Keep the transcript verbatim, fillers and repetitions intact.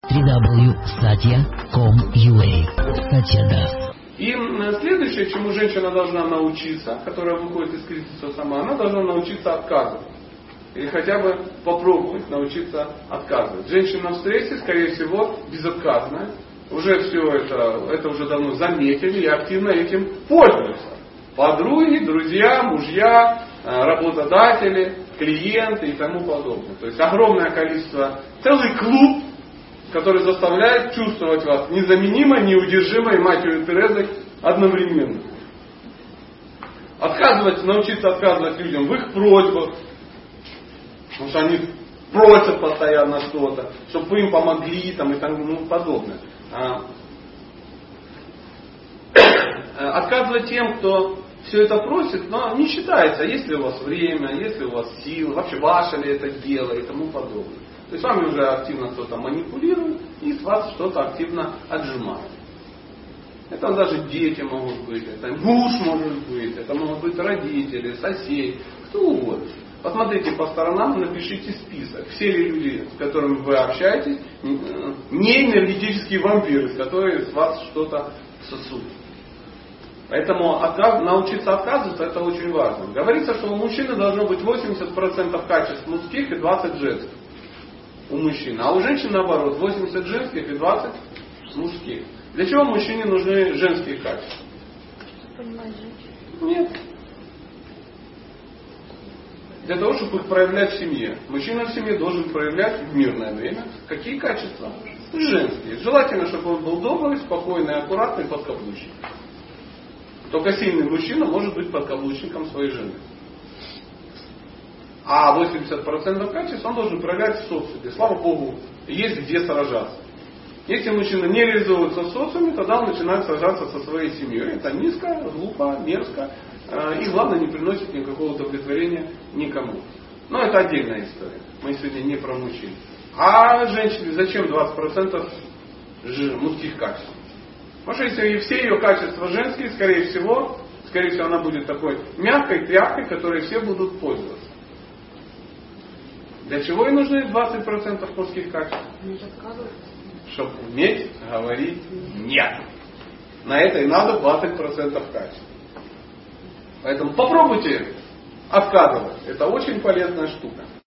дабл ю дабл ю дабл ю точка сатья точка ком точка ю а. Сатья даст. И следующее, чему женщина должна научиться, которая выходит из кризиса сама, она должна научиться отказывать. Или хотя бы попробовать научиться отказывать. Женщина в стрессе, скорее всего, безотказная. Уже все это, это уже давно заметили и активно этим пользуются. Подруги, друзья, мужья, работодатели, клиенты и тому подобное. То есть огромное количество, целый клуб, который заставляет чувствовать вас незаменимой, неудержимой Матерью Терезой одновременно. Отказывать, научиться отказывать людям в их просьбах, потому что они просят постоянно что-то, чтобы вы им помогли там, и тому подобное. Отказывать тем, кто все это просит, но не считается, есть ли у вас время, есть ли у вас силы, вообще ваше ли это дело и тому подобное. То есть с вами уже активно кто-то манипулирует и с вас что-то активно отжимает. Это даже дети могут быть, это муж может быть, это могут быть родители, соседи, кто угодно. Посмотрите по сторонам, напишите список. Все ли люди, с которыми вы общаетесь, не энергетические вампиры, которые с вас что-то сосут. Поэтому отказ, научиться отказываться, это очень важно. Говорится, что у мужчины должно быть восемьдесят процентов качеств мужских и двадцать женских. У мужчин. А у женщин наоборот, восемьдесят женских и двадцать мужских. Для чего мужчине нужны женские качества? Понимать женщин? Нет. Для того, чтобы их проявлять в семье. Мужчина в семье должен проявлять в мирное время. Какие качества? Женские. Желательно, чтобы он был добрый, спокойный, аккуратный, подкаблучник. Только сильный мужчина может быть подкаблучником своей жены. А восемьдесят процентов качеств он должен проявлять в социуме. Слава Богу, есть где сражаться. Если мужчина не реализуется в социуме, тогда он начинает сражаться со своей семьей. Это низко, глупо, мерзко. И главное, не приносит никакого удовлетворения никому. Но это отдельная история. Мы сегодня не про мужчин. А женщине зачем двадцать процентов мужских качеств? Потому что если все ее качества женские, скорее всего, скорее всего, она будет такой мягкой тряпкой, которой все будут пользоваться. Для чего ей нужны двадцать процентов мужских качеств? Чтобы уметь говорить нет. На это и надо двадцать процентов качеств. Поэтому попробуйте отказывать. Это очень полезная штука.